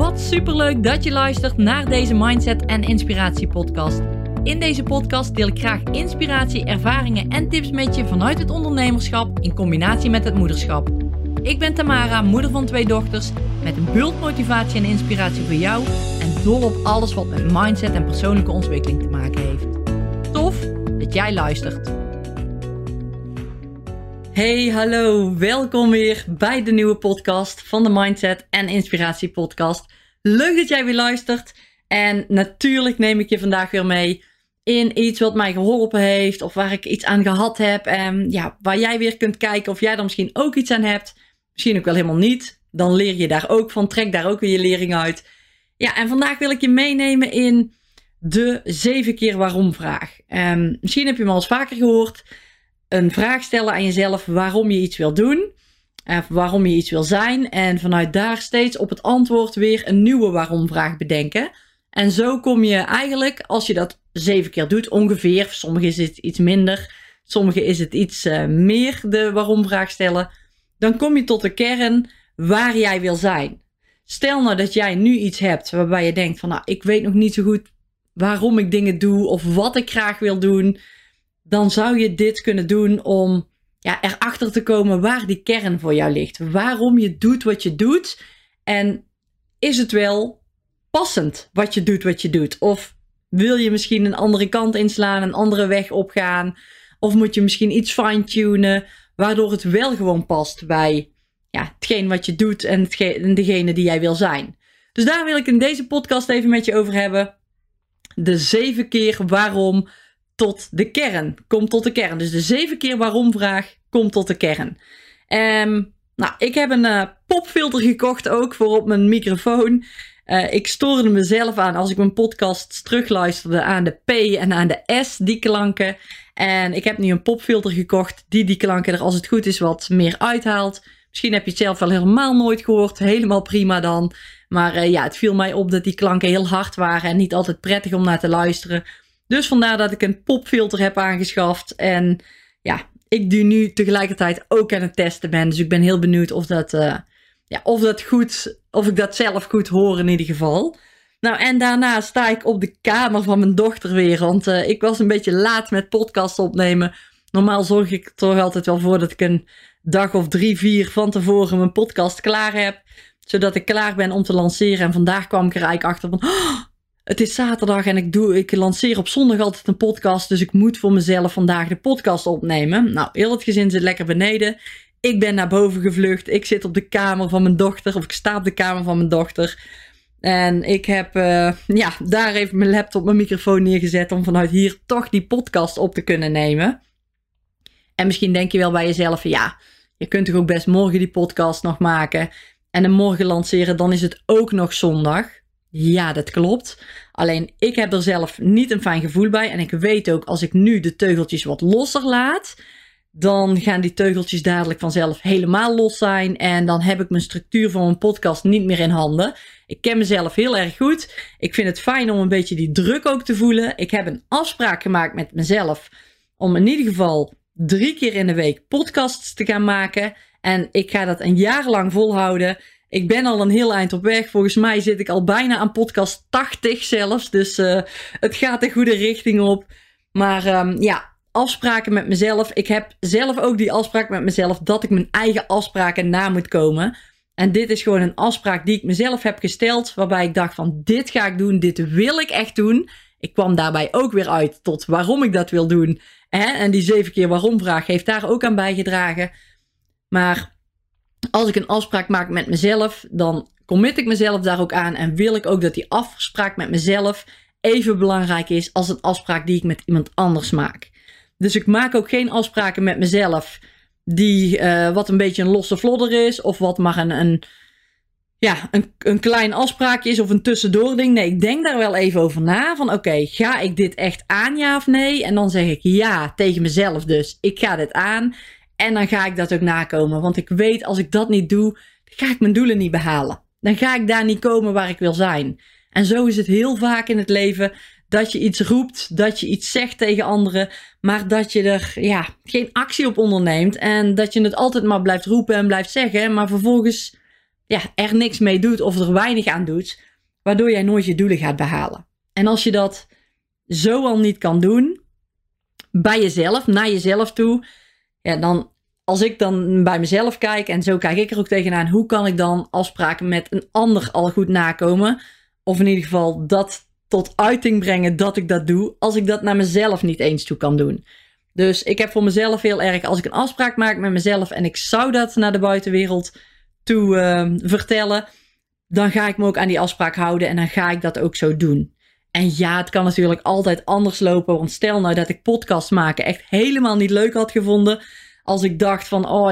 Wat superleuk dat je luistert naar deze Mindset en Inspiratie podcast. In deze podcast deel ik graag inspiratie, ervaringen en tips met je vanuit het ondernemerschap in combinatie met het moederschap. Ik ben Tamara, moeder van 2 dochters, met een bult motivatie en inspiratie voor jou en dol op alles wat met mindset en persoonlijke ontwikkeling te maken heeft. Tof dat jij luistert. Hey, hallo, welkom weer bij de nieuwe podcast van de Mindset en Inspiratie podcast. Leuk dat jij weer luistert en natuurlijk neem ik je vandaag weer mee in iets wat mij geholpen heeft of waar ik iets aan gehad heb. En ja, waar jij weer kunt kijken of jij er misschien ook iets aan hebt. Misschien ook wel helemaal niet. Dan leer je daar ook van, trek daar ook weer je lering uit. Ja, en vandaag wil ik je meenemen in de 7 keer waarom vraag. Misschien heb je hem al eens vaker gehoord. Een vraag stellen aan jezelf waarom je iets wil doen. Waarom je iets wil zijn. En vanuit daar steeds op het antwoord weer een nieuwe waarom vraag bedenken. En zo kom je eigenlijk, als je dat 7 keer doet, ongeveer. Sommige is het iets minder. Sommige is het iets meer, de waarom vraag stellen. Dan kom je tot de kern waar jij wil zijn. Stel nou dat jij nu iets hebt waarbij je denkt van, nou, ik weet nog niet zo goed waarom ik dingen doe of wat ik graag wil doen. Dan zou je dit kunnen doen om erachter te komen waar die kern voor jou ligt. Waarom je doet wat je doet. En is het wel passend wat je doet? Of wil je misschien een andere kant inslaan, een andere weg opgaan? Of moet je misschien iets fine-tunen, waardoor het wel gewoon past bij hetgeen wat je doet en degene die jij wil zijn. Dus daar wil ik in deze podcast even met je over hebben. De 7 keer waarom tot de kern. Kom tot de kern. Dus de 7 keer waarom vraag, kom tot de kern. Ik heb een popfilter gekocht ook voor op mijn microfoon. Ik stoorde mezelf aan als ik mijn podcasts terugluisterde aan de P en aan de S, die klanken. En ik heb nu een popfilter gekocht die klanken er als het goed is wat meer uithaalt. Misschien heb je het zelf wel helemaal nooit gehoord. Helemaal prima dan. Maar het viel mij op dat die klanken heel hard waren en niet altijd prettig om naar te luisteren. Dus vandaar dat ik een popfilter heb aangeschaft. En ik die nu tegelijkertijd ook aan het testen ben. Dus ik ben heel benieuwd of ik dat zelf goed hoor in ieder geval. Nou, en daarna sta ik op de kamer van mijn dochter weer. Want ik was een beetje laat met podcast opnemen. Normaal zorg ik er toch altijd wel voor dat ik een dag of 3, 4 van tevoren mijn podcast klaar heb. Zodat ik klaar ben om te lanceren. En vandaag kwam ik er eigenlijk achter van, het is zaterdag en ik lanceer op zondag altijd een podcast. Dus ik moet voor mezelf vandaag de podcast opnemen. Nou, heel het gezin zit lekker beneden. Ik ben naar boven gevlucht. Ik zit op de kamer van mijn dochter. Of ik sta op de kamer van mijn dochter. En ik heb daar even mijn laptop, mijn microfoon neergezet. Om vanuit hier toch die podcast op te kunnen nemen. En misschien denk je wel bij jezelf, je kunt toch ook best morgen die podcast nog maken. En hem morgen lanceren, dan is het ook nog zondag. Ja, dat klopt. Alleen ik heb er zelf niet een fijn gevoel bij. En ik weet ook, als ik nu de teugeltjes wat losser laat, dan gaan die teugeltjes dadelijk vanzelf helemaal los zijn. En dan heb ik mijn structuur van mijn podcast niet meer in handen. Ik ken mezelf heel erg goed. Ik vind het fijn om een beetje die druk ook te voelen. Ik heb een afspraak gemaakt met mezelf om in ieder geval 3 keer in de week podcasts te gaan maken. En ik ga dat een jaar lang volhouden. Ik ben al een heel eind op weg. Volgens mij zit ik al bijna aan podcast 80 zelfs. Dus het gaat de goede richting op. Maar afspraken met mezelf. Ik heb zelf ook die afspraak met mezelf dat ik mijn eigen afspraken na moet komen. En dit is gewoon een afspraak die ik mezelf heb gesteld. Waarbij ik dacht van, dit ga ik doen. Dit wil ik echt doen. Ik kwam daarbij ook weer uit tot waarom ik dat wil doen. En die 7 keer waarom vraag heeft daar ook aan bijgedragen. Maar als ik een afspraak maak met mezelf, dan commit ik mezelf daar ook aan. En wil ik ook dat die afspraak met mezelf even belangrijk is als een afspraak die ik met iemand anders maak. Dus ik maak ook geen afspraken met mezelf die wat een beetje een losse vlodder is. Of wat maar een klein afspraakje is of een tussendoor ding. Nee, ik denk daar wel even over na. Van oké, ga ik dit echt aan, ja of nee? En dan zeg ik ja tegen mezelf dus. Ik ga dit aan. En dan ga ik dat ook nakomen. Want ik weet, als ik dat niet doe, ga ik mijn doelen niet behalen. Dan ga ik daar niet komen waar ik wil zijn. En zo is het heel vaak in het leven dat je iets roept, dat je iets zegt tegen anderen, maar dat je er geen actie op onderneemt. En dat je het altijd maar blijft roepen en blijft zeggen, maar vervolgens er niks mee doet of er weinig aan doet, waardoor jij nooit je doelen gaat behalen. En als je dat zo al niet kan doen, bij jezelf, naar jezelf toe, dan, als ik dan bij mezelf kijk, en zo kijk ik er ook tegenaan, hoe kan ik dan afspraken met een ander al goed nakomen? Of in ieder geval dat tot uiting brengen dat ik dat doe, als ik dat naar mezelf niet eens toe kan doen. Dus ik heb voor mezelf heel erg, als ik een afspraak maak met mezelf en ik zou dat naar de buitenwereld toe vertellen, dan ga ik me ook aan die afspraak houden en dan ga ik dat ook zo doen. En ja, het kan natuurlijk altijd anders lopen, want stel nou dat ik podcast maken echt helemaal niet leuk had gevonden. Als ik dacht van,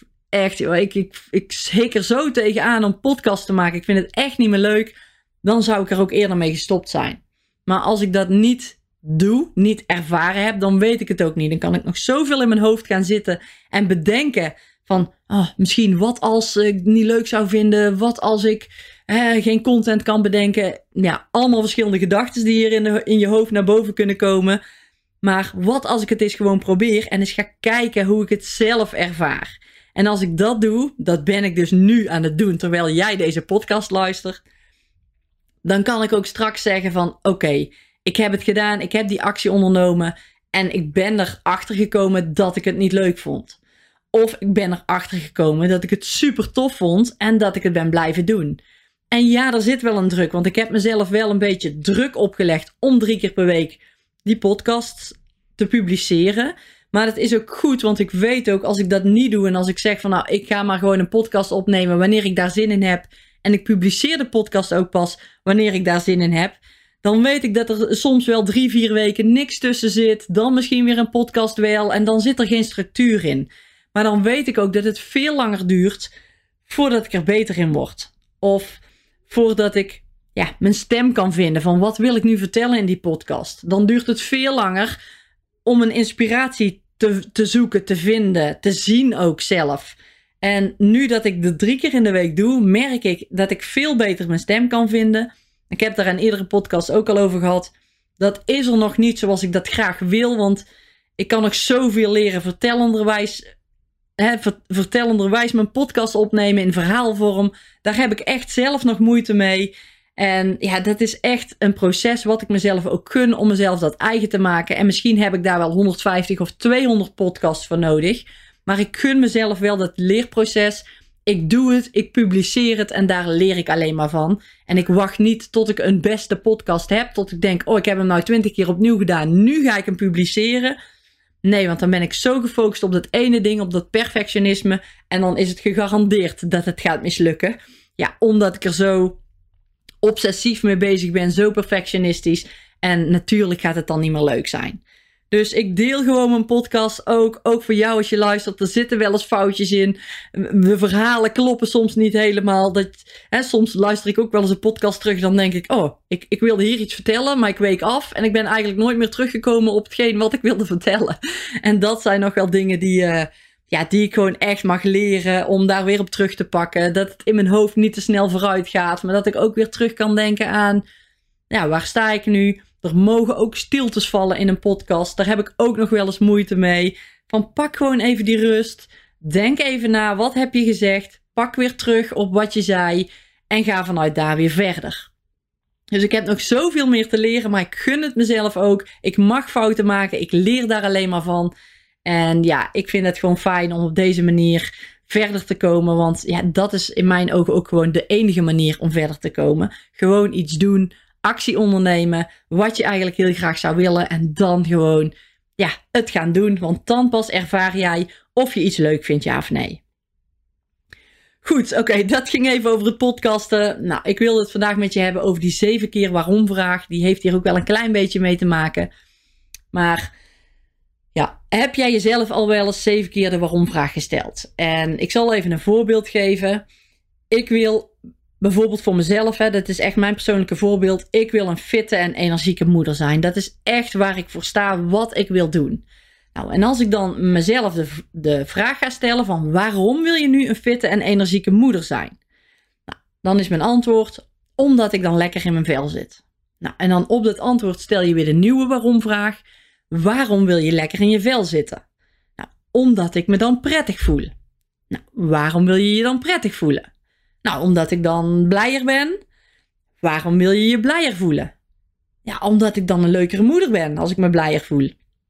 ik hik er zo tegenaan om podcast te maken, ik vind het echt niet meer leuk, dan zou ik er ook eerder mee gestopt zijn. Maar als ik dat niet doe, niet ervaren heb, dan weet ik het ook niet. Dan kan ik nog zoveel in mijn hoofd gaan zitten en bedenken van, misschien wat als ik het niet leuk zou vinden, wat als ik geen content kan bedenken. Ja, allemaal verschillende gedachten die hier in je hoofd naar boven kunnen komen. Maar wat als ik het eens gewoon probeer en eens ga kijken hoe ik het zelf ervaar. En als ik dat doe, dat ben ik dus nu aan het doen terwijl jij deze podcast luistert, dan kan ik ook straks zeggen van oké, ik heb het gedaan, ik heb die actie ondernomen en ik ben erachter gekomen dat ik het niet leuk vond. Of ik ben erachter gekomen dat ik het super tof vond en dat ik het ben blijven doen. En ja, er zit wel een druk, want ik heb mezelf wel een beetje druk opgelegd om 3 keer per week die podcast te publiceren. Maar dat is ook goed, want ik weet ook als ik dat niet doe en als ik zeg van ik ga maar gewoon een podcast opnemen wanneer ik daar zin in heb en ik publiceer de podcast ook pas wanneer ik daar zin in heb, dan weet ik dat er soms wel 3-4 weken niks tussen zit, dan misschien weer een podcast wel en dan zit er geen structuur in. Maar dan weet ik ook dat het veel langer duurt voordat ik er beter in word. Of voordat ik mijn stem kan vinden van wat wil ik nu vertellen in die podcast. Dan duurt het veel langer om een inspiratie te zoeken, te vinden, te zien ook zelf. En nu dat ik de 3 keer in de week doe, merk ik dat ik veel beter mijn stem kan vinden. Ik heb daar in eerdere podcast ook al over gehad. Dat is er nog niet zoals ik dat graag wil, want ik kan nog zoveel leren vertellenderwijs mijn podcast opnemen in verhaalvorm. Daar heb ik echt zelf nog moeite mee. En ja, dat is echt een proces wat ik mezelf ook gun om mezelf dat eigen te maken. En misschien heb ik daar wel 150 of 200 podcasts voor nodig. Maar ik gun mezelf wel dat leerproces. Ik doe het, ik publiceer het en daar leer ik alleen maar van. En ik wacht niet tot ik een beste podcast heb. Tot ik denk, ik heb hem nou 20 keer opnieuw gedaan. Nu ga ik hem publiceren. Nee, want dan ben ik zo gefocust op dat ene ding, op dat perfectionisme. En dan is het gegarandeerd dat het gaat mislukken. Ja, omdat ik er zo obsessief mee bezig ben, zo perfectionistisch. En natuurlijk gaat het dan niet meer leuk zijn. Dus ik deel gewoon mijn podcast ook voor jou als je luistert. Er zitten wel eens foutjes in. De verhalen kloppen soms niet helemaal. Soms luister ik ook wel eens een podcast terug. Dan denk ik, ik wilde hier iets vertellen, maar ik week af. En ik ben eigenlijk nooit meer teruggekomen op hetgeen wat ik wilde vertellen. En dat zijn nog wel dingen die ik gewoon echt mag leren om daar weer op terug te pakken. Dat het in mijn hoofd niet te snel vooruit gaat. Maar dat ik ook weer terug kan denken aan, waar sta ik nu? Er mogen ook stiltes vallen in een podcast. Daar heb ik ook nog wel eens moeite mee. Van pak gewoon even die rust. Denk even na, wat heb je gezegd? Pak weer terug op wat je zei. En ga vanuit daar weer verder. Dus ik heb nog zoveel meer te leren, maar ik gun het mezelf ook. Ik mag fouten maken, ik leer daar alleen maar van. En ik vind het gewoon fijn om op deze manier verder te komen. Want dat is in mijn ogen ook gewoon de enige manier om verder te komen. Gewoon iets doen. Actie ondernemen, wat je eigenlijk heel graag zou willen en dan gewoon het gaan doen, want dan pas ervaar jij of je iets leuk vindt, ja of nee. Goed, oké, dat ging even over het podcasten. Nou, ik wilde het vandaag met je hebben over die 7 keer waarom vraag. Die heeft hier ook wel een klein beetje mee te maken. Maar heb jij jezelf al wel eens 7 keer de waarom vraag gesteld? En ik zal even een voorbeeld geven. Ik wil bijvoorbeeld voor mezelf, dat is echt mijn persoonlijke voorbeeld. Ik wil een fitte en energieke moeder zijn. Dat is echt waar ik voor sta, wat ik wil doen. Nou, en als ik dan mezelf de vraag ga stellen van waarom wil je nu een fitte en energieke moeder zijn? Nou, dan is mijn antwoord, omdat ik dan lekker in mijn vel zit. Nou, en dan op dat antwoord stel je weer de nieuwe waarom vraag. Waarom wil je lekker in je vel zitten? Nou, omdat ik me dan prettig voel. Nou, waarom wil je je dan prettig voelen? Nou, omdat ik dan blijer ben. Waarom wil je je blijer voelen? Ja, omdat ik dan een leukere moeder ben als ik me blijer voel.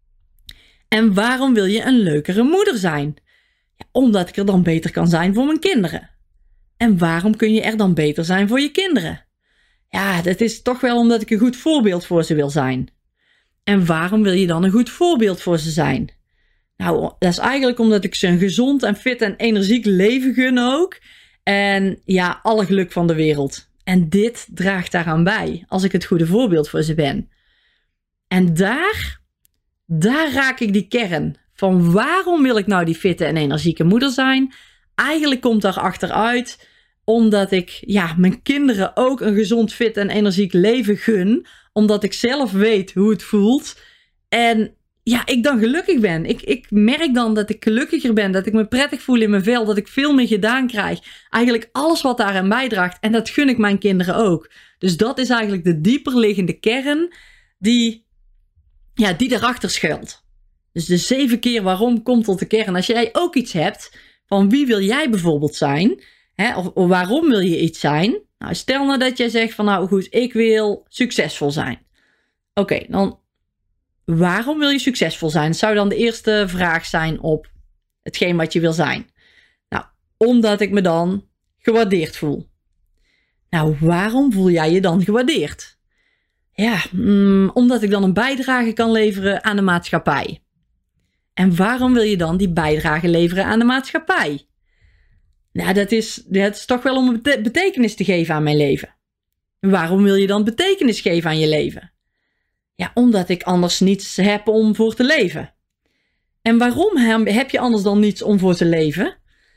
En waarom wil je een leukere moeder zijn? Ja, omdat ik er dan beter kan zijn voor mijn kinderen. En waarom kun je er dan beter zijn voor je kinderen? Ja, dat is toch wel omdat ik een goed voorbeeld voor ze wil zijn. En waarom wil je dan een goed voorbeeld voor ze zijn? Nou, dat is eigenlijk omdat ik ze een gezond en fit en energiek leven gun ook. En ja, alle geluk van de wereld. En dit draagt daaraan bij, als ik het goede voorbeeld voor ze ben. En daar raak ik die kern van waarom wil ik nou die fitte en energieke moeder zijn? Eigenlijk komt daar achteruit omdat ik mijn kinderen ook een gezond, fit en energiek leven gun. Omdat ik zelf weet hoe het voelt. En ik dan gelukkig ben. Ik merk dan dat ik gelukkiger ben. Dat ik me prettig voel in mijn vel. Dat ik veel meer gedaan krijg. Eigenlijk alles wat daaraan bijdraagt. En dat gun ik mijn kinderen ook. Dus dat is eigenlijk de dieperliggende kern die daarachter schuilt. Dus de 7 keer waarom komt tot de kern. Als jij ook iets hebt van wie wil jij bijvoorbeeld zijn... Of waarom wil je iets zijn? Nou, stel nou dat jij zegt van nou goed, ik wil succesvol zijn. Oké, dan waarom wil je succesvol zijn? Dat zou dan de eerste vraag zijn op hetgeen wat je wil zijn. Nou, omdat ik me dan gewaardeerd voel. Nou, waarom voel jij je dan gewaardeerd? Ja, omdat ik dan een bijdrage kan leveren aan de maatschappij. En waarom wil je dan die bijdrage leveren aan de maatschappij? Nou, dat is toch wel om een betekenis te geven aan mijn leven. Waarom wil je dan betekenis geven aan je leven? Ja, omdat ik anders niets heb om voor te leven. En waarom heb je anders dan niets om voor te leven?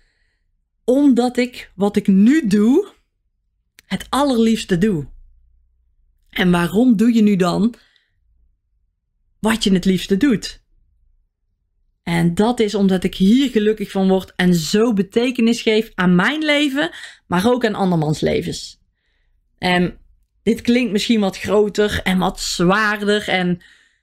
Omdat ik wat ik nu doe, het allerliefste doe. En waarom doe je nu dan wat je het liefste doet? En dat is omdat ik hier gelukkig van word en zo betekenis geef aan mijn leven, maar ook aan andermans levens. En dit klinkt misschien wat groter en wat zwaarder en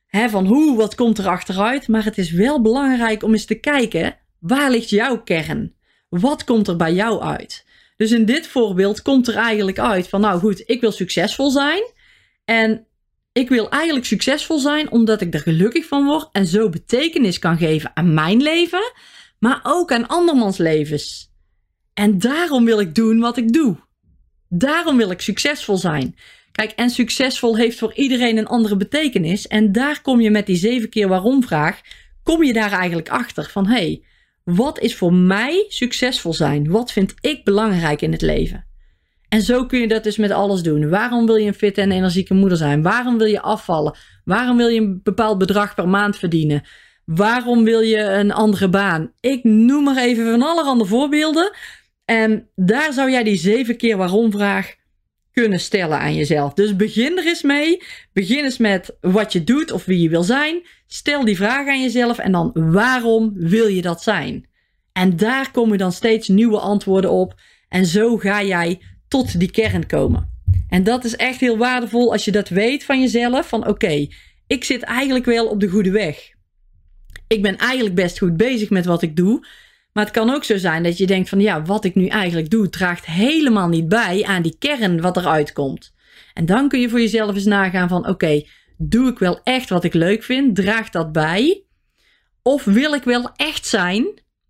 wat komt er achteruit? Maar het is wel belangrijk om eens te kijken, waar ligt jouw kern? Wat komt er bij jou uit? Dus in dit voorbeeld komt er eigenlijk uit van nou goed, ik wil succesvol zijn en ik wil eigenlijk succesvol zijn omdat ik er gelukkig van word en zo betekenis kan geven aan mijn leven, maar ook aan andermans levens. En daarom wil ik doen wat ik doe. Daarom wil ik succesvol zijn. Kijk, en succesvol heeft voor iedereen een andere betekenis. En daar kom je met die 7 keer waarom vraag, kom je daar eigenlijk achter van wat is voor mij succesvol zijn? Wat vind ik belangrijk in het leven? En zo kun je dat dus met alles doen. Waarom wil je een fitte en energieke moeder zijn? Waarom wil je afvallen? Waarom wil je een bepaald bedrag per maand verdienen? Waarom wil je een andere baan? Ik noem maar even van allerhande voorbeelden. En daar zou jij die 7 keer waarom vraag kunnen stellen aan jezelf. Dus begin er eens mee. Begin eens met wat je doet of wie je wil zijn. Stel die vraag aan jezelf en dan waarom wil je dat zijn? En daar komen dan steeds nieuwe antwoorden op. En zo ga jij tot die kern komen. En dat is echt heel waardevol als je dat weet van jezelf. Van oké, ik zit eigenlijk wel op de goede weg. Ik ben eigenlijk best goed bezig met wat ik doe. Maar het kan ook zo zijn dat je denkt van wat ik nu eigenlijk doe draagt helemaal niet bij aan die kern wat eruit komt. En dan kun je voor jezelf eens nagaan van oké, doe ik wel echt wat ik leuk vind? Draagt dat bij? Of wil ik wel echt zijn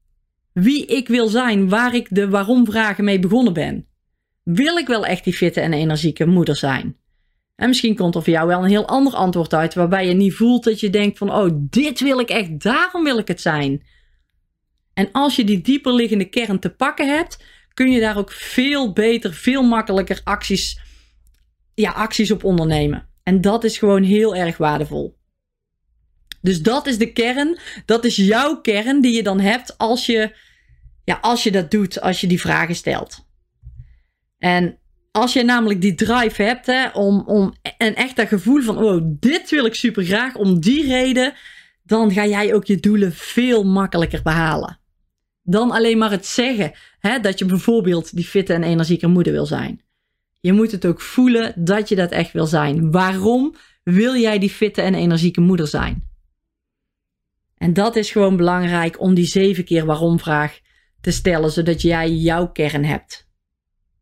wie ik wil zijn, waar ik de waarom vragen mee begonnen ben? Wil ik wel echt die fitte en energieke moeder zijn? En misschien komt er voor jou wel een heel ander antwoord uit, waarbij je niet voelt dat je denkt van dit wil ik echt, daarom wil ik het zijn. En als je die dieperliggende kern te pakken hebt, kun je daar ook veel beter, veel makkelijker acties op ondernemen. En dat is gewoon heel erg waardevol. Dus dat is de kern, dat is jouw kern die je dan hebt als je dat doet, als je die vragen stelt. En als je namelijk die drive hebt om en echt dat gevoel van dit wil ik super graag om die reden, dan ga jij ook je doelen veel makkelijker behalen. Dan alleen maar het zeggen dat je bijvoorbeeld die fitte en energieke moeder wil zijn. Je moet het ook voelen dat je dat echt wil zijn. Waarom wil jij die fitte en energieke moeder zijn? En dat is gewoon belangrijk om die 7 keer waarom vraag te stellen, zodat jij jouw kern hebt.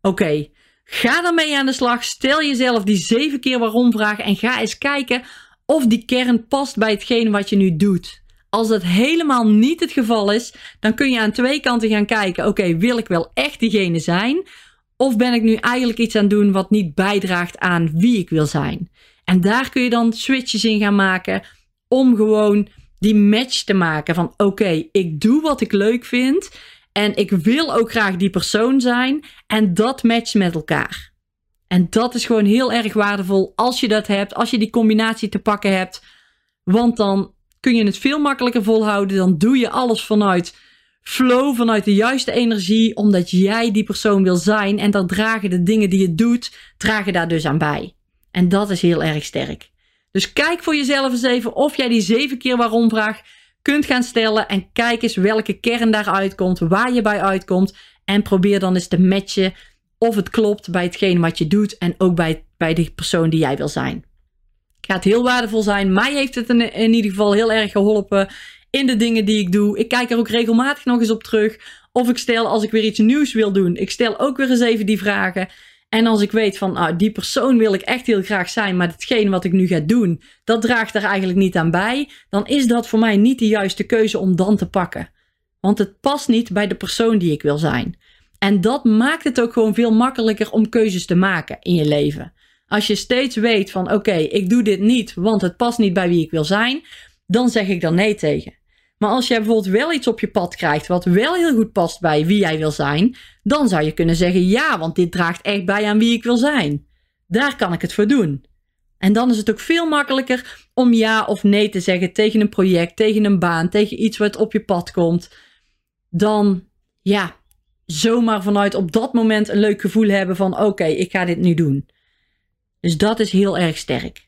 Oké, ga daarmee aan de slag. Stel jezelf die 7 keer waarom vragen en ga eens kijken of die kern past bij hetgeen wat je nu doet. Als dat helemaal niet het geval is, dan kun je aan 2 kanten gaan kijken. Oké, wil ik wel echt diegene zijn? Of ben ik nu eigenlijk iets aan het doen wat niet bijdraagt aan wie ik wil zijn? En daar kun je dan switches in gaan maken om gewoon die match te maken van oké, ik doe wat ik leuk vind en ik wil ook graag die persoon zijn en dat matcht met elkaar. En dat is gewoon heel erg waardevol als je dat hebt, als je die combinatie te pakken hebt, want dan kun je het veel makkelijker volhouden, dan doe je alles vanuit flow, vanuit de juiste energie, omdat jij die persoon wil zijn en dan dragen de dingen die je doet, dragen daar dus aan bij. En dat is heel erg sterk. Dus kijk voor jezelf eens even of jij die 7 keer waarom vraag kunt gaan stellen en kijk eens welke kern daaruit komt, waar je bij uitkomt en probeer dan eens te matchen of het klopt bij hetgeen wat je doet en ook bij de persoon die jij wil zijn. Gaat heel waardevol zijn. Mij heeft het in ieder geval heel erg geholpen in de dingen die ik doe. Ik kijk er ook regelmatig nog eens op terug. Of ik stel als ik weer iets nieuws wil doen. Ik stel ook weer eens even die vragen. En als ik weet van die persoon wil ik echt heel graag zijn. Maar hetgeen wat ik nu ga doen, dat draagt er eigenlijk niet aan bij. Dan is dat voor mij niet de juiste keuze om dan te pakken. Want het past niet bij de persoon die ik wil zijn. En dat maakt het ook gewoon veel makkelijker om keuzes te maken in je leven. Als je steeds weet van oké, ik doe dit niet, want het past niet bij wie ik wil zijn, dan zeg ik dan nee tegen. Maar als jij bijvoorbeeld wel iets op je pad krijgt wat wel heel goed past bij wie jij wil zijn, dan zou je kunnen zeggen ja, want dit draagt echt bij aan wie ik wil zijn. Daar kan ik het voor doen. En dan is het ook veel makkelijker om ja of nee te zeggen tegen een project, tegen een baan, tegen iets wat op je pad komt. Dan ja, zomaar vanuit op dat moment een leuk gevoel hebben van oké, ik ga dit nu doen. Dus dat is heel erg sterk.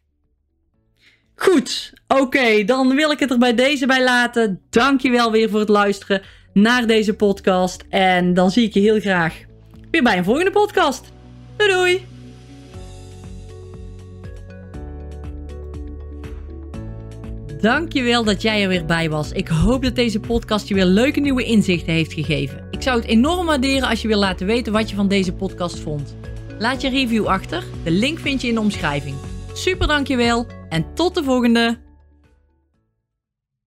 Goed, oké, dan wil ik het er bij deze bij laten. Dankjewel weer voor het luisteren naar deze podcast. En dan zie ik je heel graag weer bij een volgende podcast. Doei doei! Dankjewel dat jij er weer bij was. Ik hoop dat deze podcast je weer leuke nieuwe inzichten heeft gegeven. Ik zou het enorm waarderen als je wil laten weten wat je van deze podcast vond. Laat je review achter. De link vind je in de omschrijving. Super dankjewel en tot de volgende!